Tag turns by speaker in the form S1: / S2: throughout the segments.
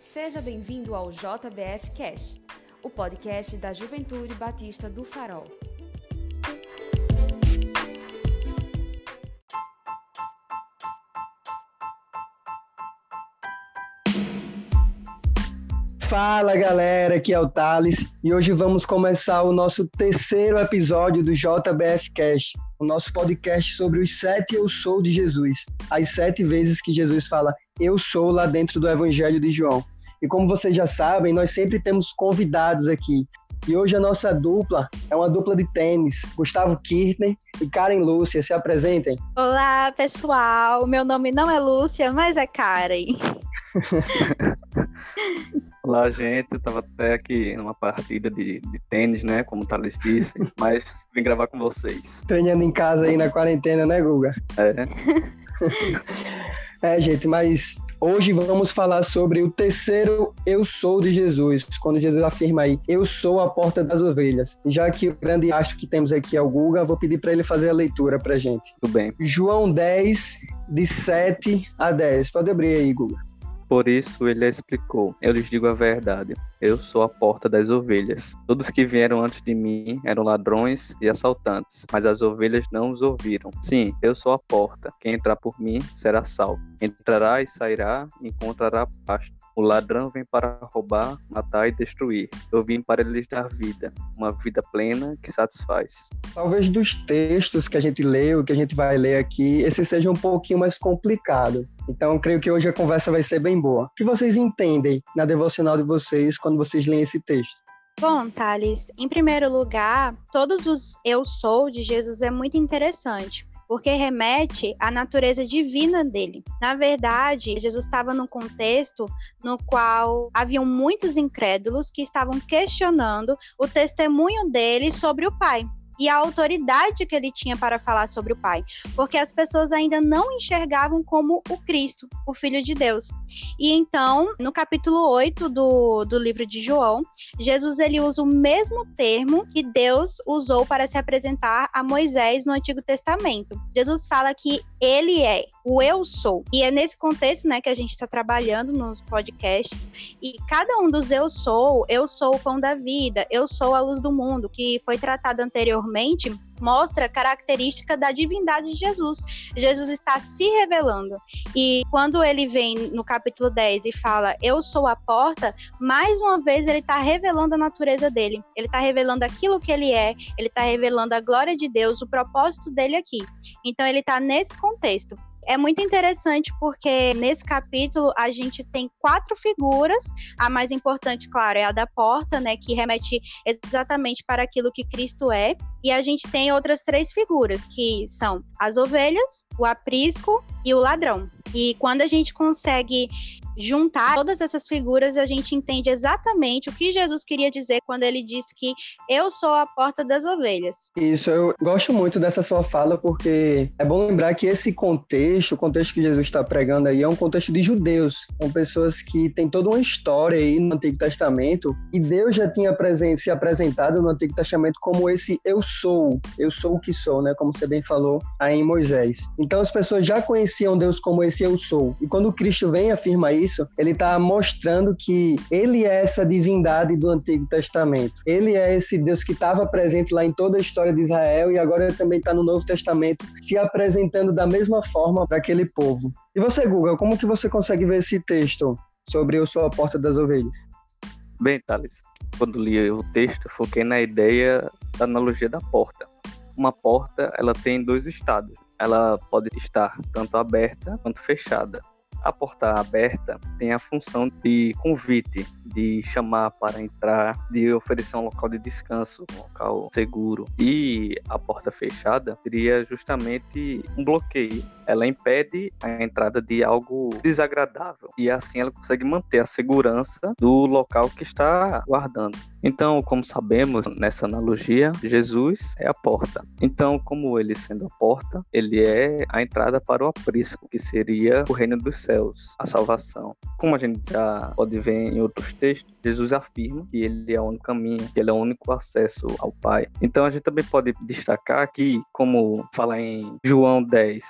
S1: Seja bem-vindo ao JBF Cash, o podcast da Juventude Batista do Farol.
S2: Fala galera, aqui é o Thales e hoje vamos começar o nosso terceiro episódio do JBF Cash, o nosso podcast sobre os 7 Eu Sou de Jesus, as 7 vezes que Jesus fala Eu Sou lá dentro do Evangelho de João. E como vocês já sabem, nós sempre temos convidados aqui. E hoje a nossa dupla é uma dupla de tênis, Gustavo Kirtner e Karen Lúcia. Se apresentem.
S3: Olá, pessoal. Meu nome não é Lúcia, mas é Karen.
S4: Olá, gente. Eu tava até aqui numa partida de tênis, né? Como o Thales disse, mas vim gravar com vocês.
S2: Treinando em casa aí na quarentena, né, Guga? Gente, mas hoje vamos falar sobre o terceiro Eu Sou de Jesus, quando Jesus afirma aí, eu sou a porta das ovelhas. Já que o grande astro que temos aqui é o Guga, vou pedir para ele fazer a leitura pra gente.
S4: Tudo bem.
S2: João 10, de 7 a 10. Pode abrir aí, Guga.
S4: Por isso ele explicou, eu lhes digo a verdade, eu sou a porta das ovelhas. Todos que vieram antes de mim eram ladrões e assaltantes, mas as ovelhas não os ouviram. Sim, eu sou a porta, quem entrar por mim será salvo. Entrará e sairá e encontrará pasto. O ladrão vem para roubar, matar e destruir. Eu vim para lhes dar vida, uma vida plena que satisfaz.
S2: Talvez dos textos que a gente leu, que a gente vai ler aqui, esse seja um pouquinho mais complicado. Então, creio que hoje a conversa vai ser bem boa. O que vocês entendem na devocional de vocês quando vocês leem esse texto?
S3: Bom, Thales, em primeiro lugar, todos os eu sou de Jesus é muito interessante, porque remete à natureza divina dele. Na verdade, Jesus estava num contexto no qual haviam muitos incrédulos que estavam questionando o testemunho dele sobre o Pai e a autoridade que ele tinha para falar sobre o Pai, porque as pessoas ainda não enxergavam como o Cristo, o Filho de Deus. E então, no capítulo 8 do livro de João, Jesus ele usa o mesmo termo que Deus usou para se apresentar a Moisés no Antigo Testamento. Jesus fala que ele é o eu sou. E é nesse contexto, né, que a gente está trabalhando nos podcasts. E cada um dos eu sou o pão da vida, eu sou a luz do mundo, que foi tratado anteriormente, mostra característica da divindade de Jesus. Jesus está se revelando. E quando ele vem no capítulo 10 e fala, eu sou a porta, mais uma vez ele está revelando a natureza dele. Ele está revelando aquilo que ele é, ele está revelando a glória de Deus, o propósito dele aqui. Então ele está nesse contexto. É muito interessante porque nesse capítulo a gente tem 4 figuras. A mais importante, claro, é a da porta, né, que remete exatamente para aquilo que Cristo é. E a gente tem outras 3 figuras, que são as ovelhas, o aprisco e o ladrão. E quando a gente consegue juntar todas essas figuras, a gente entende exatamente o que Jesus queria dizer quando ele disse que eu sou a porta das ovelhas.
S2: Isso, eu gosto muito dessa sua fala, porque é bom lembrar que esse contexto, o contexto que Jesus está pregando aí, é um contexto de judeus, com pessoas que têm toda uma história aí no Antigo Testamento, e Deus já tinha se apresentado no Antigo Testamento como esse eu sou o que sou, né, como você bem falou aí em Moisés. Então as pessoas já conheciam Deus como esse eu sou, e quando Cristo vem e afirma isso, ele está mostrando que ele é essa divindade do Antigo Testamento. Ele é esse Deus que estava presente lá em toda a história de Israel e agora ele também está no Novo Testamento se apresentando da mesma forma para aquele povo. E você, Guga, como que você consegue ver esse texto sobre eu sou a porta das ovelhas?
S4: Bem, Thales, quando li o texto, foquei na ideia da analogia da porta. Uma porta, ela tem 2 estados. Ela pode estar tanto aberta quanto fechada. A porta aberta tem a função de convite, de chamar para entrar, de oferecer um local de descanso, um local seguro. E a porta fechada seria justamente um bloqueio. Ela impede a entrada de algo desagradável e assim ela consegue manter a segurança do local que está guardando. Então, como sabemos, nessa analogia, Jesus é a porta. Então, como ele sendo a porta, ele é a entrada para o aprisco, que seria o reino dos céus, a salvação. Como a gente já pode ver em outros textos, Jesus afirma que ele é o único caminho, que ele é o único acesso ao Pai. Então, a gente também pode destacar aqui, como fala em João 10, capítulo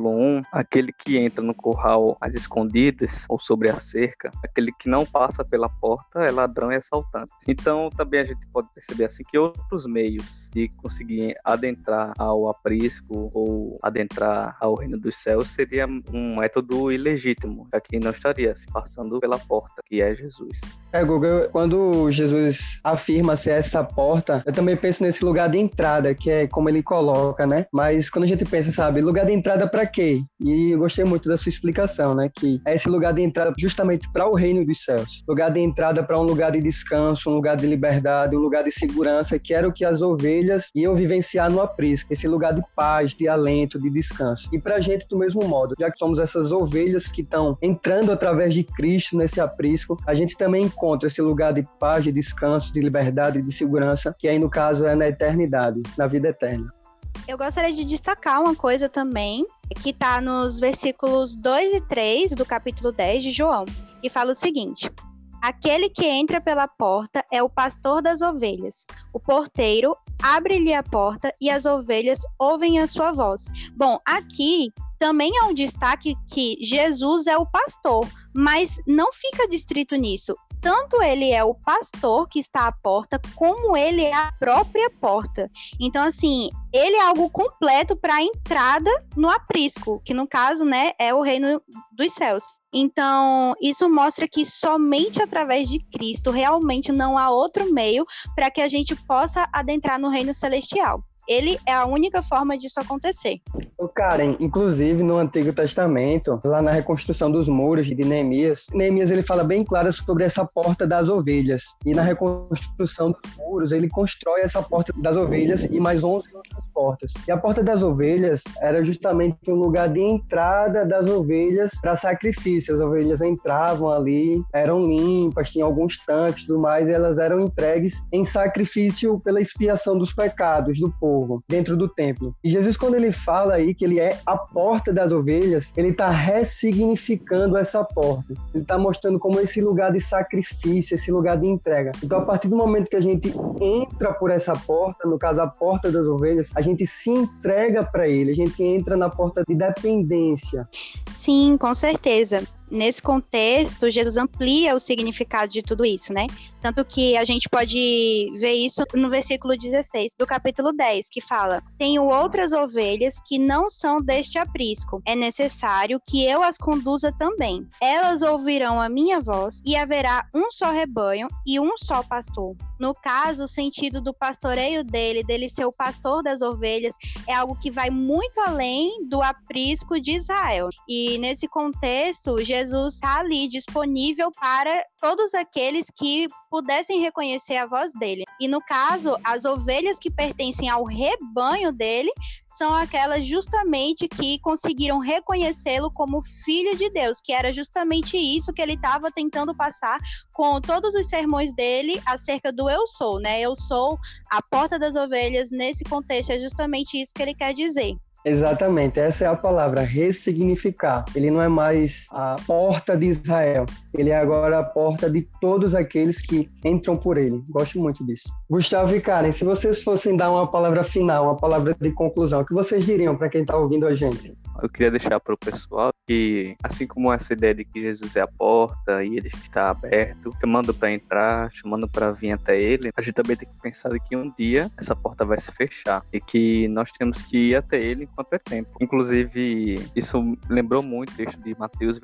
S4: capítulo 1, aquele que entra no curral às escondidas ou sobre a cerca, aquele que não passa pela porta é ladrão e assaltante. Então também a gente pode perceber assim que outros meios de conseguir adentrar ao aprisco ou adentrar ao reino dos céus seria um método ilegítimo, já que não estaria se passando pela porta, que é Jesus.
S2: Guga, quando Jesus afirma ser essa porta, eu também penso nesse lugar de entrada, que é como ele coloca, né? Mas quando a gente pensa, sabe, lugar de entrada para quê? E eu gostei muito da sua explicação, né? Que é esse lugar de entrada justamente para o reino dos céus. Lugar de entrada para um lugar de descanso, um lugar de liberdade, um lugar de segurança, que era o que as ovelhas iam vivenciar no aprisco. Esse lugar de paz, de alento, de descanso. E pra gente do mesmo modo, já que somos essas ovelhas que estão entrando através de Cristo nesse aprisco, a gente também encontra esse lugar de paz, de descanso, de liberdade, de segurança, que aí no caso é na eternidade, na vida eterna.
S3: Eu gostaria de destacar uma coisa também, que está nos versículos 2 e 3 do capítulo 10 de João, que fala o seguinte: aquele que entra pela porta é o pastor das ovelhas. O porteiro abre-lhe a porta e as ovelhas ouvem a sua voz. Bom, aqui também é um destaque que Jesus é o pastor, mas não fica distrito nisso. Tanto ele é o pastor que está à porta, como ele é a própria porta. Então, assim, ele é algo completo para a entrada no aprisco, que no caso, né, é o reino dos céus. Então, isso mostra que somente através de Cristo realmente não há outro meio para que a gente possa adentrar no reino celestial. Ele é a única forma disso acontecer.
S2: Karen, inclusive no Antigo Testamento, lá na reconstrução dos muros de Neemias, ele fala bem claro sobre essa porta das ovelhas. E na reconstrução dos muros, ele constrói essa porta das ovelhas e mais 11 outras portas. E a porta das ovelhas era justamente um lugar de entrada das ovelhas para sacrifício. As ovelhas entravam ali, eram limpas, tinham alguns tanques e tudo mais, e elas eram entregues em sacrifício pela expiação dos pecados do povo dentro do templo. E Jesus, quando ele fala aí que ele é a porta das ovelhas, ele está ressignificando essa porta. Ele está mostrando como esse lugar de sacrifício, esse lugar de entrega. Então, a partir do momento que a gente entra por essa porta, no caso a porta das ovelhas, a gente se entrega para ele, a gente entra na porta de dependência.
S3: Sim, com certeza. Nesse contexto, Jesus amplia o significado de tudo isso, né? Tanto que a gente pode ver isso no versículo 16 do capítulo 10, que fala: tenho outras ovelhas que não são deste aprisco. É necessário que eu as conduza também. Elas ouvirão a minha voz e haverá um só rebanho e um só pastor. No caso, o sentido do pastoreio dele ser o pastor das ovelhas, é algo que vai muito além do aprisco de Israel. E nesse contexto, Jesus está ali disponível para todos aqueles que pudessem reconhecer a voz dele. E no caso, as ovelhas que pertencem ao rebanho dele são aquelas justamente que conseguiram reconhecê-lo como filho de Deus, que era justamente isso que ele estava tentando passar com todos os sermões dele acerca do eu sou, né? Eu sou a porta das ovelhas. Nesse contexto é justamente isso que ele quer dizer.
S2: Exatamente, essa é a palavra, ressignificar. Ele não é mais a porta de Israel, ele é agora a porta de todos aqueles que entram por ele. Gosto muito disso. Gustavo e Karen, se vocês fossem dar uma palavra final, uma palavra de conclusão, o que vocês diriam para quem está ouvindo a gente?
S4: Eu queria deixar para o pessoal que, assim como essa ideia de que Jesus é a porta e ele está aberto, chamando para entrar, chamando para vir até ele, a gente também tem que pensar que um dia essa porta vai se fechar e que nós temos que ir até ele enquanto é tempo. Inclusive, isso lembrou muito o texto de Mateus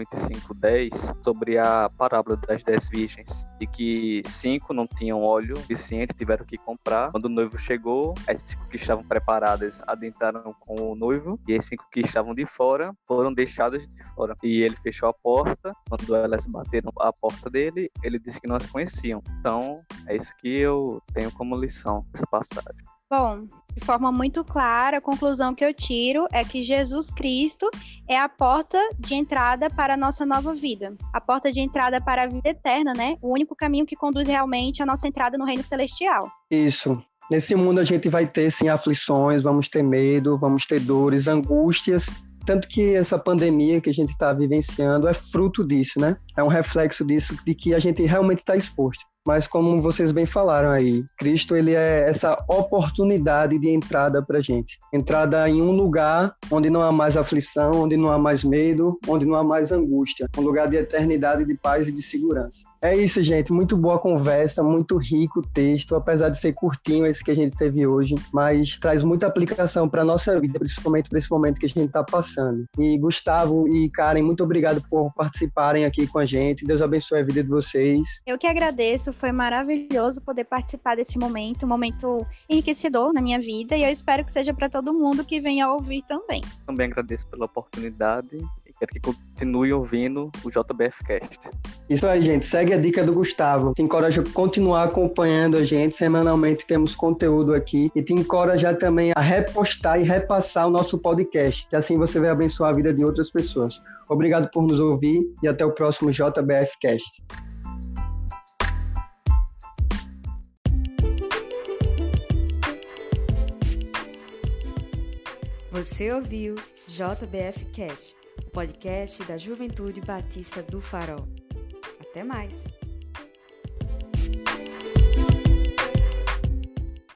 S4: 25:10 sobre a parábola das 10 virgens, e que 5 não tinham óleo suficiente, tiveram que comprar. Quando o noivo chegou, as 5 que estavam preparadas adentraram com o noivo e as 5 que estavam de fora foram deixadas de fora. E ele fechou a porta. Quando elas bateram a porta dele, ele disse que não as conheciam. Então, é isso que eu tenho como lição dessa passagem.
S3: Bom, de forma muito clara, a conclusão que eu tiro é que Jesus Cristo é a porta de entrada para a nossa nova vida. A porta de entrada para a vida eterna, né? O único caminho que conduz realmente à nossa entrada no reino celestial.
S2: Isso. Nesse mundo a gente vai ter, sim, aflições, vamos ter medo, vamos ter dores, angústias. Tanto que essa pandemia que a gente está vivenciando é fruto disso, né? é um reflexo disso, de que a gente realmente está exposto. Mas como vocês bem falaram aí, Cristo ele é essa oportunidade de entrada para a gente. Entrada em um lugar onde não há mais aflição, onde não há mais medo, onde não há mais angústia. Um lugar de eternidade, de paz e de segurança. É isso, gente. Muito boa conversa, muito rico o texto, apesar de ser curtinho esse que a gente teve hoje, mas traz muita aplicação para a nossa vida, principalmente para esse momento que a gente está passando. E Gustavo e Karen, muito obrigado por participarem aqui com a gente. Deus abençoe a vida de vocês.
S3: Eu que agradeço. Foi maravilhoso poder participar desse momento, um momento enriquecedor na minha vida, e eu espero que seja para todo mundo que venha ouvir também.
S4: Também agradeço pela oportunidade e quero que continue ouvindo o JBF Cast.
S2: Isso aí, gente. Segue a dica do Gustavo. Te encorajo a continuar acompanhando a gente. Semanalmente temos conteúdo aqui e te encorajar também a repostar e repassar o nosso podcast, que assim você vai abençoar a vida de outras pessoas. Obrigado por nos ouvir e até o próximo JBF Cast.
S1: Você ouviu JBF Cast, o podcast da Juventude Batista do Farol. Até mais!